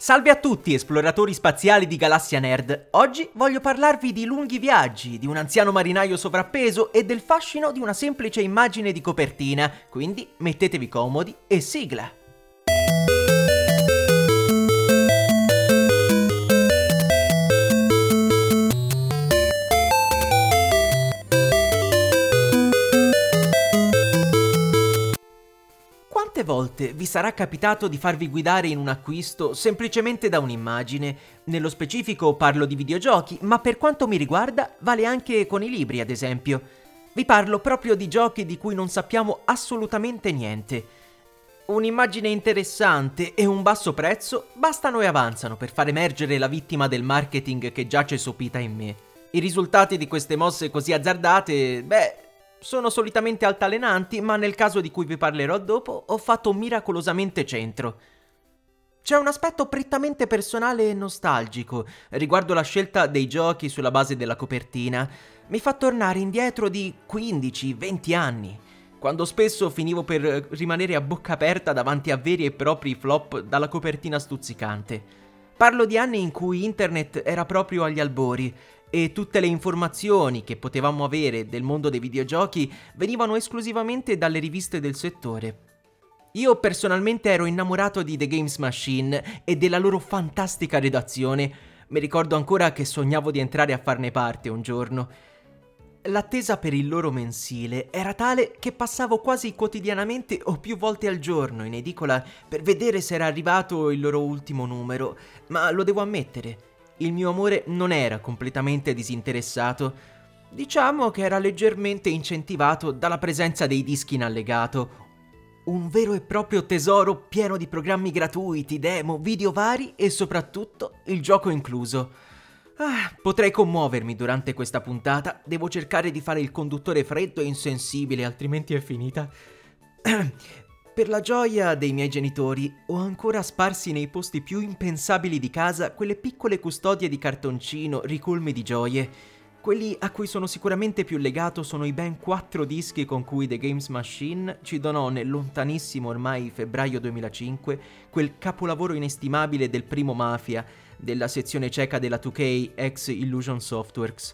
Salve a tutti, esploratori spaziali di Galassia Nerd. Oggi voglio parlarvi di lunghi viaggi, di un anziano marinaio sovrappeso e del fascino di una semplice immagine di copertina. Quindi mettetevi comodi e sigla! Quante volte vi sarà capitato di farvi guidare in un acquisto semplicemente da un'immagine? Nello specifico parlo di videogiochi, ma per quanto mi riguarda vale anche con i libri, ad esempio. Vi parlo proprio di giochi di cui non sappiamo assolutamente niente. Un'immagine interessante e un basso prezzo bastano e avanzano per far emergere la vittima del marketing che giace sopita in me. I risultati di queste mosse così azzardate, sono solitamente altalenanti, ma nel caso di cui vi parlerò dopo ho fatto miracolosamente centro. C'è un aspetto prettamente personale e nostalgico riguardo la scelta dei giochi sulla base della copertina. Mi fa tornare indietro di 15-20 anni, quando spesso finivo per rimanere a bocca aperta davanti a veri e propri flop dalla copertina stuzzicante. Parlo di anni in cui internet era proprio agli albori e tutte le informazioni che potevamo avere del mondo dei videogiochi venivano esclusivamente dalle riviste del settore. Io personalmente ero innamorato di The Games Machine e della loro fantastica redazione. Mi ricordo ancora che sognavo di entrare a farne parte un giorno. L'attesa per il loro mensile era tale che passavo quasi quotidianamente o più volte al giorno in edicola per vedere se era arrivato il loro ultimo numero, ma lo devo ammettere, il mio amore non era completamente disinteressato. Diciamo che era leggermente incentivato dalla presenza dei dischi in allegato. Un vero e proprio tesoro pieno di programmi gratuiti, demo, video vari e soprattutto il gioco incluso. Potrei commuovermi durante questa puntata, devo cercare di fare il conduttore freddo e insensibile, altrimenti è finita. Per la gioia dei miei genitori, ho ancora sparsi nei posti più impensabili di casa quelle piccole custodie di cartoncino ricolme di gioie. Quelli a cui sono sicuramente più legato sono i ben 4 dischi con cui The Games Machine ci donò nel lontanissimo ormai febbraio 2005 quel capolavoro inestimabile del primo Mafia, della sezione ceca della 2K ex Illusion Softworks.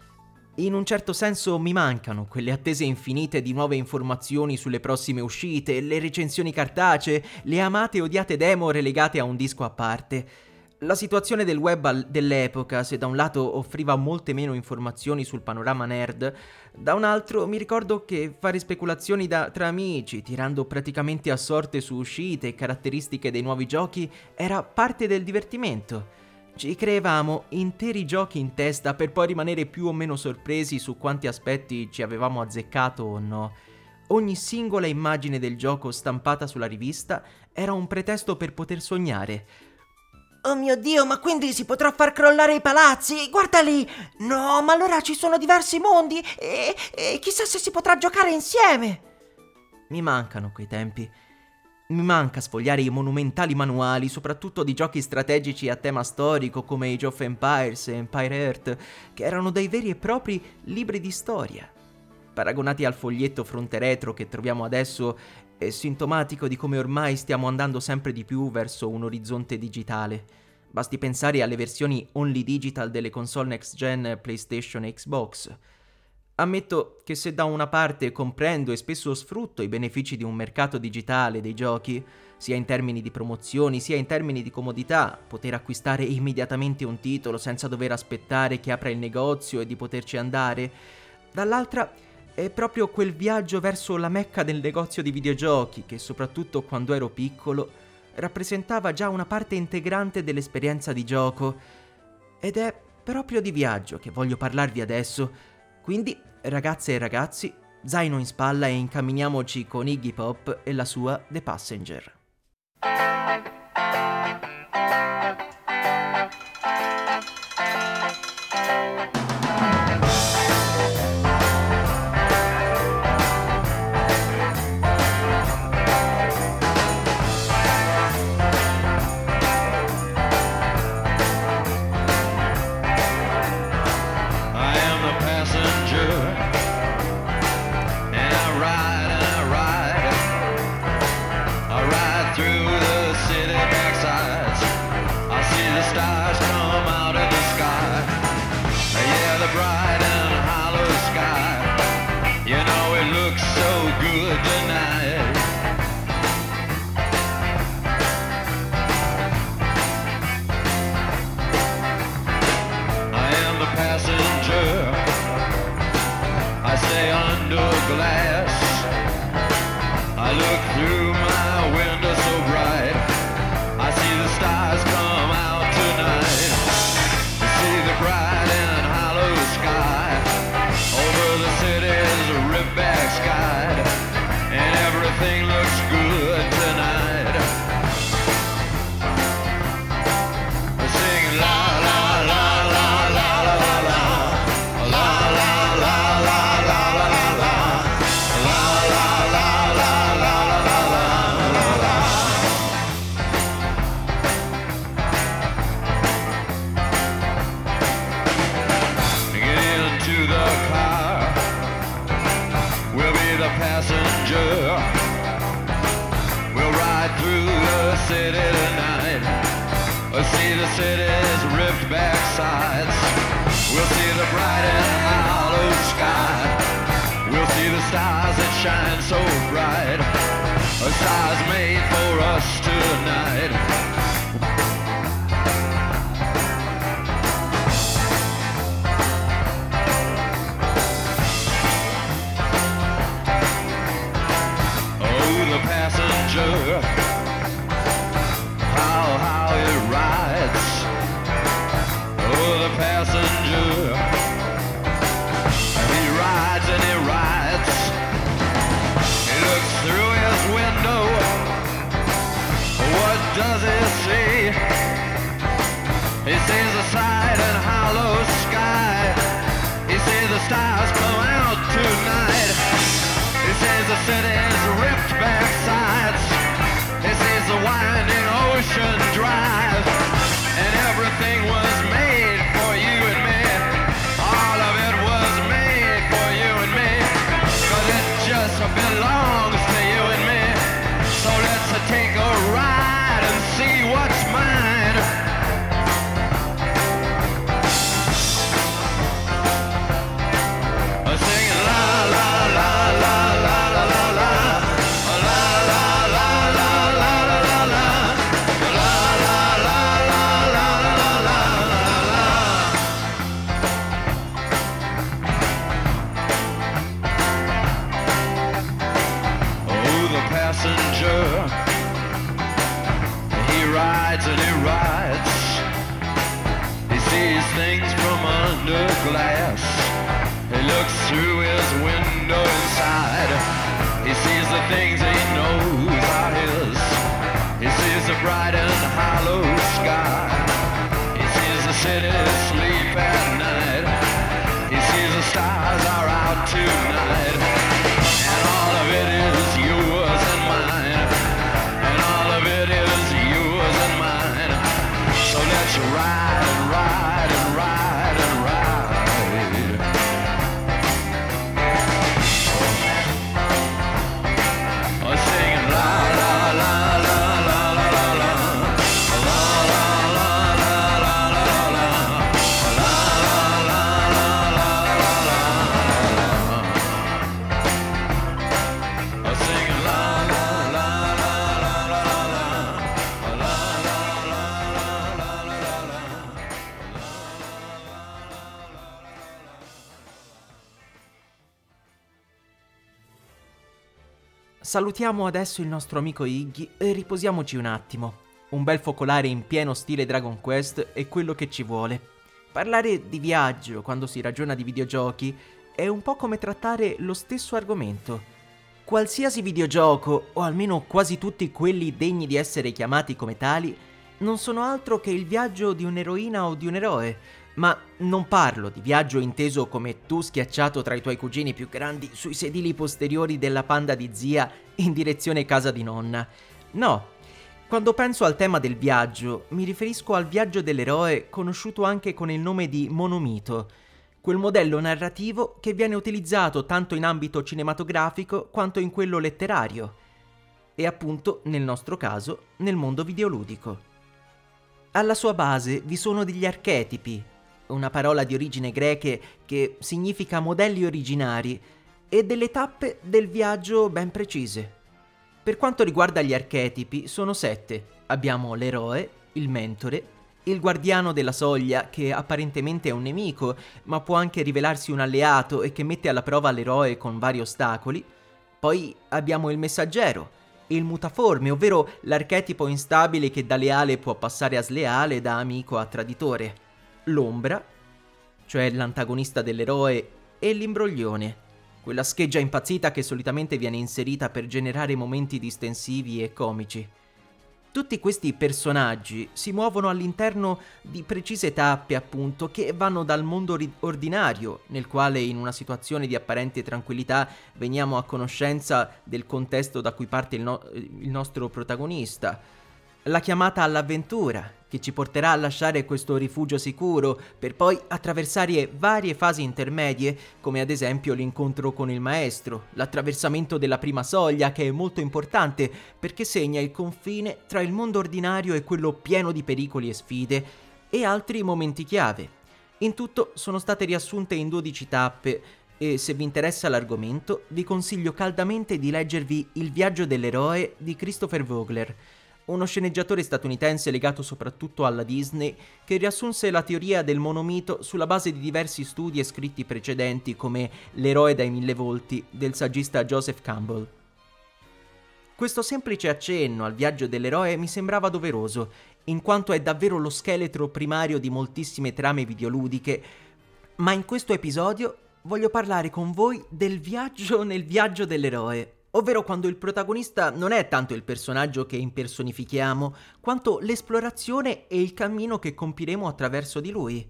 In un certo senso mi mancano quelle attese infinite di nuove informazioni sulle prossime uscite, le recensioni cartacee, le amate e odiate demo relegate a un disco a parte. La situazione del web dell'epoca, se da un lato offriva molte meno informazioni sul panorama nerd, da un altro mi ricordo che fare speculazioni tra amici, tirando praticamente a sorte su uscite e caratteristiche dei nuovi giochi, era parte del divertimento. Ci creavamo interi giochi in testa per poi rimanere più o meno sorpresi su quanti aspetti ci avevamo azzeccato o no. Ogni singola immagine del gioco stampata sulla rivista era un pretesto per poter sognare. Oh mio Dio, ma quindi si potrà far crollare i palazzi? Guarda lì! No, ma allora ci sono diversi mondi e chissà se si potrà giocare insieme! Mi mancano quei tempi. Mi manca sfogliare i monumentali manuali, soprattutto di giochi strategici a tema storico come Age of Empires e Empire Earth, che erano dei veri e propri libri di storia. Paragonati al foglietto fronte retro che troviamo adesso, è sintomatico di come ormai stiamo andando sempre di più verso un orizzonte digitale. Basti pensare alle versioni only digital delle console next gen PlayStation e Xbox. Ammetto che se da una parte comprendo e spesso sfrutto i benefici di un mercato digitale dei giochi, sia in termini di promozioni sia in termini di comodità, poter acquistare immediatamente un titolo senza dover aspettare che apra il negozio e di poterci andare, dall'altra è proprio quel viaggio verso la mecca del negozio di videogiochi che, soprattutto quando ero piccolo, rappresentava già una parte integrante dell'esperienza di gioco. Ed è proprio di viaggio che voglio parlarvi adesso. Quindi, ragazze e ragazzi, zaino in spalla e incamminiamoci con Iggy Pop e la sua The Passenger. Ride We'll see the city's ripped back sides. We'll see the bright and hollow sky. We'll see the stars that shine so bright. Stars made for us tonight. Oh, the passenger, how it rides. Oh, the passenger, he rides and he rides. He looks through his window. What does he see? He sees the side and hollow sky. He sees the stars come out tonight. He sees the city's ripped back sides. He sees the winding ocean drive. And everything was made for you and me. All of it was made for you and me. But it just belongs to you and me. So let's take a ride and see what's mine. Singing la la la la la la la la. Passenger, he rides and he rides. He sees things from under glass. He looks through his window inside. He sees the things he knows are his. He sees the bright and hollow sky. He sees the city sleep at night. He sees the stars are out tonight. And all of it is yours and mine. And all of it is yours and mine. So let's ride and ride and ride and ride. Oh, singing la la la la la la la la. La la la la la la la. La la la la la la la. I'm singing la la la la la la la la. La la la la la la la. Salutiamo adesso il nostro amico Iggy e riposiamoci un attimo. Un bel focolare in pieno stile Dragon Quest è quello che ci vuole. Parlare di viaggio quando si ragiona di videogiochi è un po' come trattare lo stesso argomento. Qualsiasi videogioco, o almeno quasi tutti quelli degni di essere chiamati come tali, non sono altro che il viaggio di un'eroina o di un eroe. Ma non parlo di viaggio inteso come tu schiacciato tra i tuoi cugini più grandi sui sedili posteriori della Panda di zia in direzione casa di nonna. No, quando penso al tema del viaggio, mi riferisco al viaggio dell'eroe conosciuto anche con il nome di monomito, quel modello narrativo che viene utilizzato tanto in ambito cinematografico quanto in quello letterario, e appunto, nel nostro caso, nel mondo videoludico. Alla sua base vi sono degli archetipi, una parola di origine greche che significa modelli originari, e delle tappe del viaggio ben precise. Per quanto riguarda gli archetipi, sono 7. Abbiamo l'eroe, il mentore, il guardiano della soglia, che apparentemente è un nemico, ma può anche rivelarsi un alleato e che mette alla prova l'eroe con vari ostacoli. Poi abbiamo il messaggero, il mutaforme, ovvero l'archetipo instabile che da leale può passare a sleale, da amico a traditore. L'ombra, cioè l'antagonista dell'eroe, e l'imbroglione, quella scheggia impazzita che solitamente viene inserita per generare momenti distensivi e comici. Tutti questi personaggi si muovono all'interno di precise tappe, appunto, che vanno dal mondo ordinario, nel quale in una situazione di apparente tranquillità veniamo a conoscenza del contesto da cui parte il nostro protagonista, La chiamata all'avventura, che ci porterà a lasciare questo rifugio sicuro per poi attraversare varie fasi intermedie, come ad esempio l'incontro con il maestro, l'attraversamento della prima soglia, che è molto importante perché segna il confine tra il mondo ordinario e quello pieno di pericoli e sfide, e altri momenti chiave. In tutto sono state riassunte in 12 tappe e, se vi interessa l'argomento, vi consiglio caldamente di leggervi Il viaggio dell'eroe di Christopher Vogler, uno sceneggiatore statunitense legato soprattutto alla Disney, che riassunse la teoria del monomito sulla base di diversi studi e scritti precedenti come L'eroe dai 1000 volti del saggista Joseph Campbell. Questo semplice accenno al viaggio dell'eroe mi sembrava doveroso, in quanto è davvero lo scheletro primario di moltissime trame videoludiche, ma in questo episodio voglio parlare con voi del viaggio nel viaggio dell'eroe. Ovvero quando il protagonista non è tanto il personaggio che impersonifichiamo, quanto l'esplorazione e il cammino che compiremo attraverso di lui.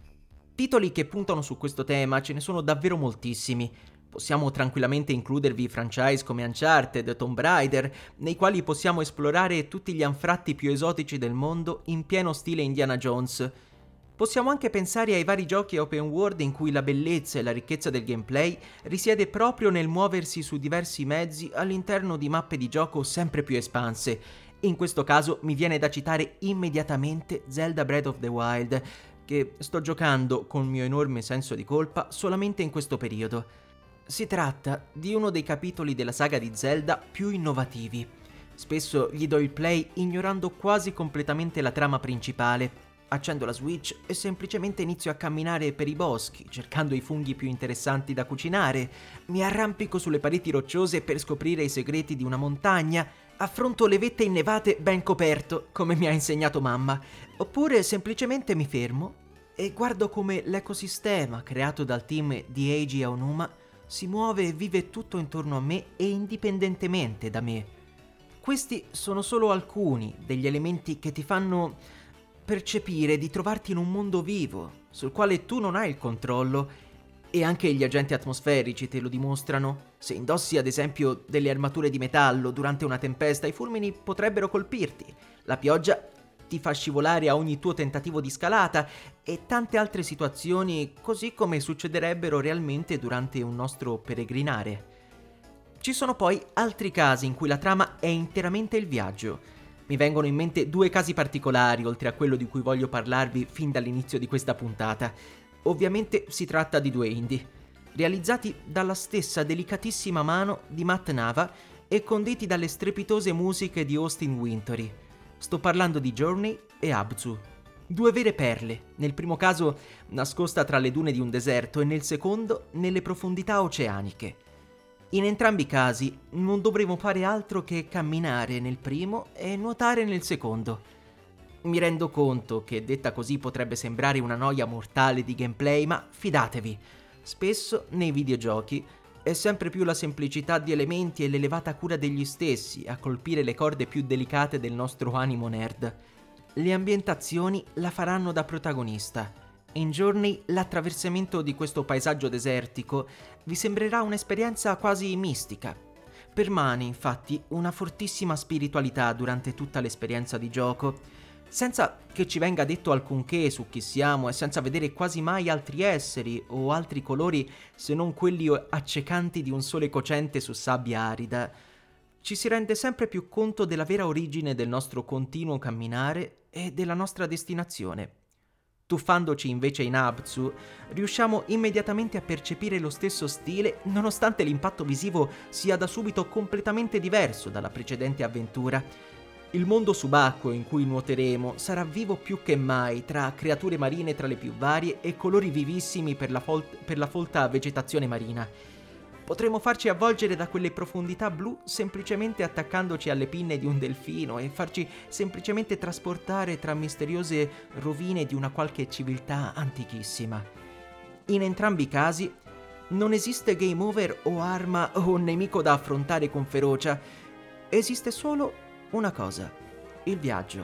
Titoli che puntano su questo tema ce ne sono davvero moltissimi. Possiamo tranquillamente includervi franchise come Uncharted, Tomb Raider, nei quali possiamo esplorare tutti gli anfratti più esotici del mondo in pieno stile Indiana Jones. Possiamo anche pensare ai vari giochi open world in cui la bellezza e la ricchezza del gameplay risiede proprio nel muoversi su diversi mezzi all'interno di mappe di gioco sempre più espanse. In questo caso mi viene da citare immediatamente Zelda Breath of the Wild, che sto giocando con mio enorme senso di colpa solamente in questo periodo. Si tratta di uno dei capitoli della saga di Zelda più innovativi. Spesso gli do il play ignorando quasi completamente la trama principale. Accendo la Switch e semplicemente inizio a camminare per i boschi, cercando i funghi più interessanti da cucinare. Mi arrampico sulle pareti rocciose per scoprire i segreti di una montagna. Affronto le vette innevate ben coperto, come mi ha insegnato mamma. Oppure semplicemente mi fermo e guardo come l'ecosistema creato dal team di Eiji Aonuma si muove e vive tutto intorno a me e indipendentemente da me. Questi sono solo alcuni degli elementi che ti fanno percepire di trovarti in un mondo vivo, sul quale tu non hai il controllo, e anche gli agenti atmosferici te lo dimostrano. Se indossi ad esempio delle armature di metallo durante una tempesta, i fulmini potrebbero colpirti, la pioggia ti fa scivolare a ogni tuo tentativo di scalata e tante altre situazioni, così come succederebbero realmente durante un nostro peregrinare. Ci sono poi altri casi in cui la trama è interamente il viaggio. Mi vengono in mente 2 casi particolari, oltre a quello di cui voglio parlarvi fin dall'inizio di questa puntata. Ovviamente si tratta di 2 indie, realizzati dalla stessa delicatissima mano di Matt Nava e conditi dalle strepitose musiche di Austin Wintory. Sto parlando di Journey e Abzu. 2 vere perle, nel primo caso nascosta tra le dune di un deserto e nel secondo nelle profondità oceaniche. In entrambi i casi non dovremo fare altro che camminare nel primo e nuotare nel secondo. Mi rendo conto che detta così potrebbe sembrare una noia mortale di gameplay, ma fidatevi, spesso nei videogiochi è sempre più la semplicità di elementi e l'elevata cura degli stessi a colpire le corde più delicate del nostro animo nerd. Le ambientazioni la faranno da protagonista. In Journey l'attraversamento di questo paesaggio desertico vi sembrerà un'esperienza quasi mistica. Permane infatti una fortissima spiritualità durante tutta l'esperienza di gioco, senza che ci venga detto alcunché su chi siamo e senza vedere quasi mai altri esseri o altri colori se non quelli accecanti di un sole cocente su sabbia arida. Ci si rende sempre più conto della vera origine del nostro continuo camminare e della nostra destinazione. Tuffandoci invece in Abzu, riusciamo immediatamente a percepire lo stesso stile, nonostante l'impatto visivo sia da subito completamente diverso dalla precedente avventura. Il mondo subacqueo in cui nuoteremo sarà vivo più che mai, tra creature marine tra le più varie e colori vivissimi per la folta vegetazione marina. Potremo farci avvolgere da quelle profondità blu semplicemente attaccandoci alle pinne di un delfino e farci semplicemente trasportare tra misteriose rovine di una qualche civiltà antichissima. In entrambi i casi non esiste game over o arma o nemico da affrontare con ferocia. Esiste solo una cosa: il viaggio.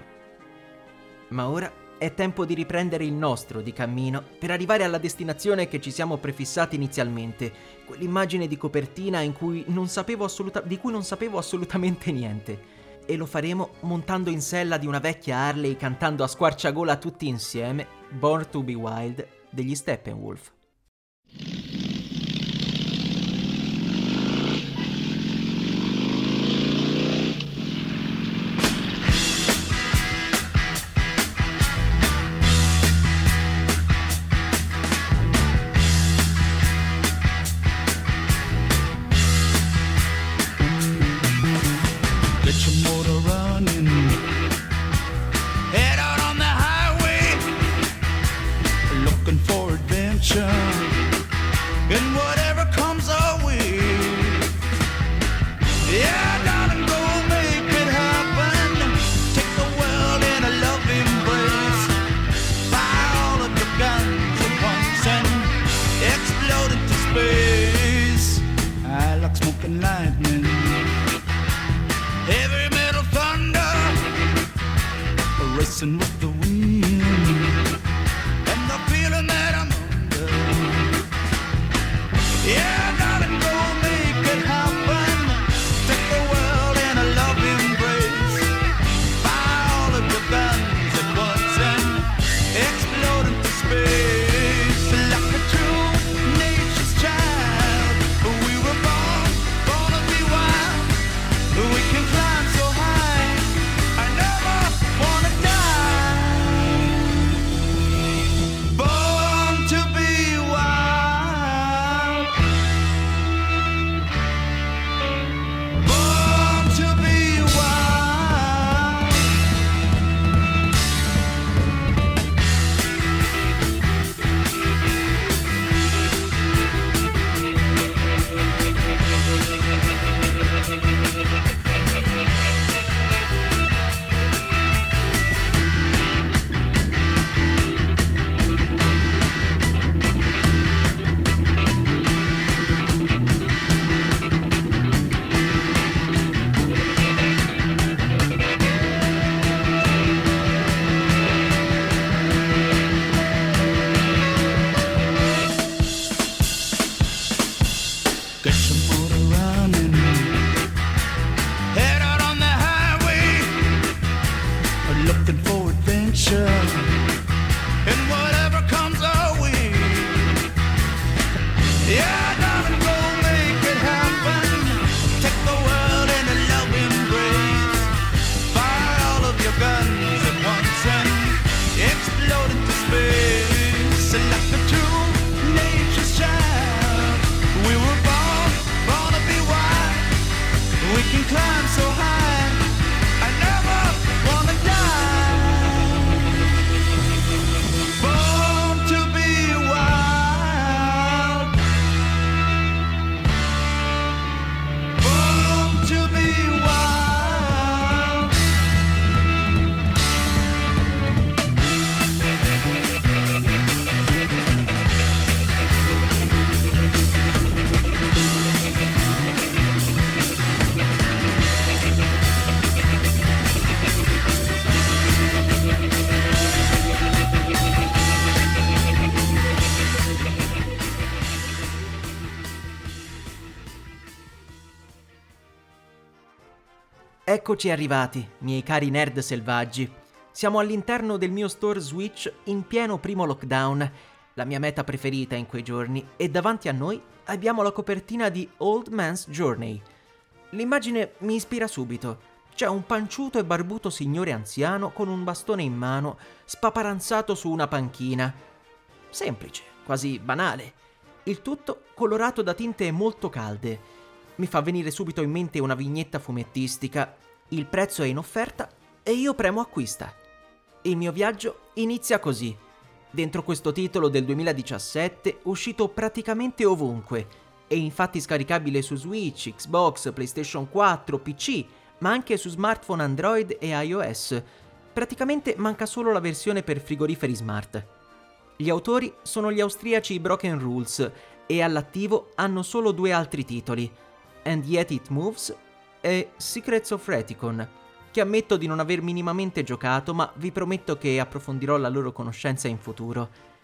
Ma ora è tempo di riprendere il nostro di cammino per arrivare alla destinazione che ci siamo prefissati inizialmente, quell'immagine di copertina di cui non sapevo assolutamente niente. E lo faremo montando in sella di una vecchia Harley cantando a squarciagola tutti insieme Born to be Wild degli Steppenwolf. Get your motor running. Head out on the highway, looking for adventure. And whatever comes our way. Yeah, darling, go make it happen. Take the world in a love embrace. Fire all of your guns at once and explode into space. I like smoking lightning. Heavy metal thunder, racing with the wind, and the feeling that I'm under. Yeah, darling, go make it happen. Take the world in a love embrace. Fire all of your guns at once and explode into space. Like a true nature's child, we were born to be wild. We can climb so high, I never wanna die. Born to be wild. Born to be wild. Get your motor running. Head out on the highway, looking for adventure. And whatever comes our way. Yeah, darling, go make it happen. Take the world in a love embrace. Fire all of your guns at once and explode into space. Like a true nature's child, we were born to be wild. We can climb so high, I never wanna die. Born to be wild. Born to be wild. Eccoci arrivati, miei cari nerd selvaggi. Siamo all'interno del mio store Switch in pieno primo lockdown, la mia meta preferita in quei giorni, e davanti a noi abbiamo la copertina di Old Man's Journey. L'immagine mi ispira subito. C'è un panciuto e barbuto signore anziano con un bastone in mano, spaparanzato su una panchina. Semplice, quasi banale. Il tutto colorato da tinte molto calde. Mi fa venire subito in mente una vignetta fumettistica. Il prezzo è in offerta e io premo acquista. Il mio viaggio inizia così. Dentro questo titolo del 2017, uscito praticamente ovunque, e infatti scaricabile su Switch, Xbox, PlayStation 4, PC, ma anche su smartphone Android e iOS. Praticamente manca solo la versione per frigoriferi smart. Gli autori sono gli austriaci Broken Rules e all'attivo hanno solo 2 altri titoli, And Yet It Moves e Secrets of Reticon, che ammetto di non aver minimamente giocato, ma vi prometto che approfondirò la loro conoscenza in futuro.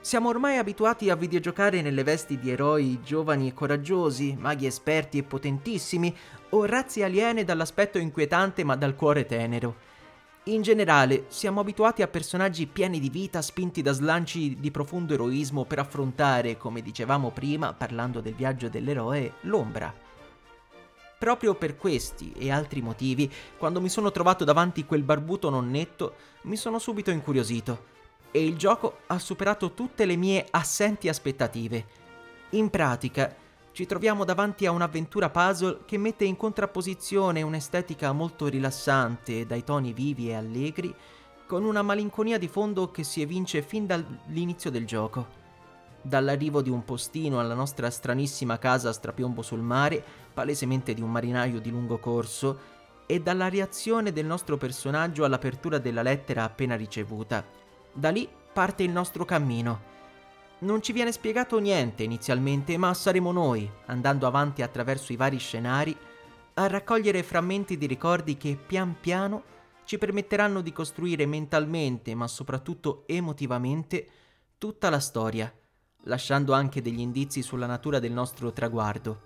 Siamo ormai abituati a videgiocare nelle vesti di eroi giovani e coraggiosi, maghi esperti e potentissimi, o razze aliene dall'aspetto inquietante ma dal cuore tenero. In generale, siamo abituati a personaggi pieni di vita, spinti da slanci di profondo eroismo per affrontare, come dicevamo prima, parlando del viaggio dell'eroe, l'ombra. Proprio per questi e altri motivi, quando mi sono trovato davanti quel barbuto nonnetto, mi sono subito incuriosito. E il gioco ha superato tutte le mie assenti aspettative. In pratica, ci troviamo davanti a un'avventura puzzle che mette in contrapposizione un'estetica molto rilassante, dai toni vivi e allegri, con una malinconia di fondo che si evince fin dall'inizio del gioco. Dall'arrivo di un postino alla nostra stranissima casa a strapiombo sul mare, palesemente di un marinaio di lungo corso, e dalla reazione del nostro personaggio all'apertura della lettera appena ricevuta. Da lì parte il nostro cammino. Non ci viene spiegato niente inizialmente, ma saremo noi, andando avanti attraverso i vari scenari, a raccogliere frammenti di ricordi che pian piano ci permetteranno di costruire mentalmente, ma soprattutto emotivamente, tutta la storia, lasciando anche degli indizi sulla natura del nostro traguardo.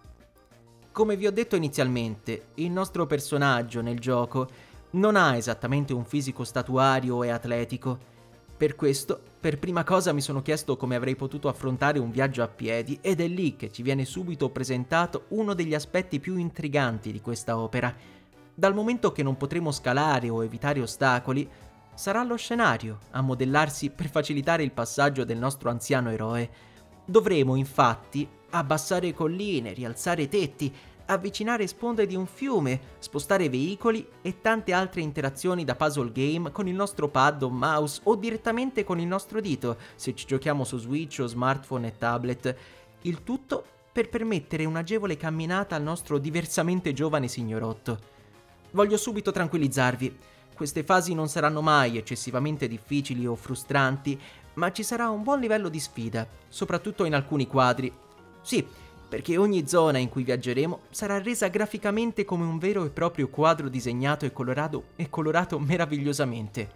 Come vi ho detto inizialmente, il nostro personaggio nel gioco non ha esattamente un fisico statuario e atletico. Per questo, per prima cosa mi sono chiesto come avrei potuto affrontare un viaggio a piedi, ed è lì che ci viene subito presentato uno degli aspetti più intriganti di questa opera. Dal momento che non potremo scalare o evitare ostacoli, sarà lo scenario a modellarsi per facilitare il passaggio del nostro anziano eroe. Dovremo, infatti, abbassare colline, rialzare tetti, avvicinare sponde di un fiume, spostare veicoli e tante altre interazioni da puzzle game con il nostro pad o mouse o direttamente con il nostro dito, se ci giochiamo su Switch o smartphone e tablet. Il tutto per permettere un'agevole camminata al nostro diversamente giovane signorotto. Voglio subito tranquillizzarvi. Queste fasi non saranno mai eccessivamente difficili o frustranti, ma ci sarà un buon livello di sfida, soprattutto in alcuni quadri. Sì, perché ogni zona in cui viaggeremo sarà resa graficamente come un vero e proprio quadro disegnato e colorato meravigliosamente.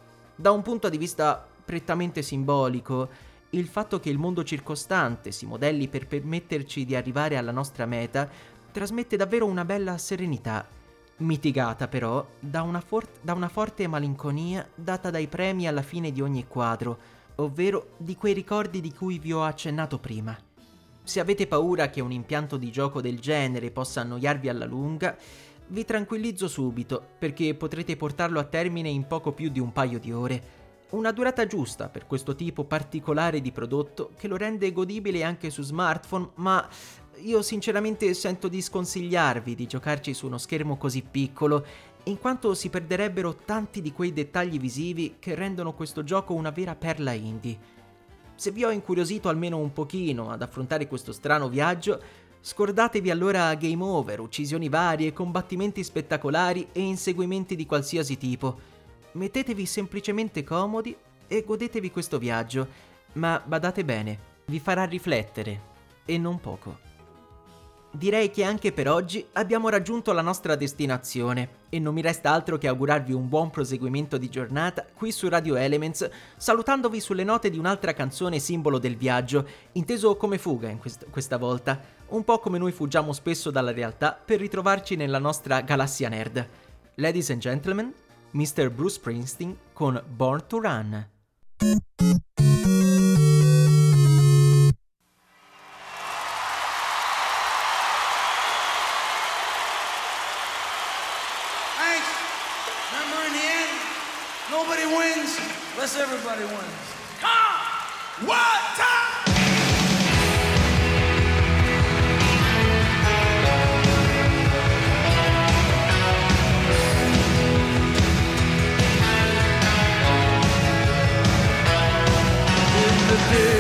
Da un punto di vista prettamente simbolico, il fatto che il mondo circostante si modelli per permetterci di arrivare alla nostra meta trasmette davvero una bella serenità, mitigata però da una forte malinconia data dai premi alla fine di ogni quadro, ovvero di quei ricordi di cui vi ho accennato prima. Se avete paura che un impianto di gioco del genere possa annoiarvi alla lunga, vi tranquillizzo subito, perché potrete portarlo a termine in poco più di un paio di ore. Una durata giusta per questo tipo particolare di prodotto che lo rende godibile anche su smartphone, ma io sinceramente sento di sconsigliarvi di giocarci su uno schermo così piccolo, in quanto si perderebbero tanti di quei dettagli visivi che rendono questo gioco una vera perla indie. Se vi ho incuriosito almeno un pochino ad affrontare questo strano viaggio, scordatevi allora game over, uccisioni varie, combattimenti spettacolari e inseguimenti di qualsiasi tipo. Mettetevi semplicemente comodi e godetevi questo viaggio, ma badate bene, vi farà riflettere, e non poco. Direi che anche per oggi abbiamo raggiunto la nostra destinazione e non mi resta altro che augurarvi un buon proseguimento di giornata qui su Radio Elements, salutandovi sulle note di un'altra canzone simbolo del viaggio, inteso come fuga in questa volta, un po' come noi fuggiamo spesso dalla realtà per ritrovarci nella nostra galassia nerd. Ladies and gentlemen, Mr. Bruce Springsteen con Born to Run. Nobody wins unless everybody wins. Come! One time! In the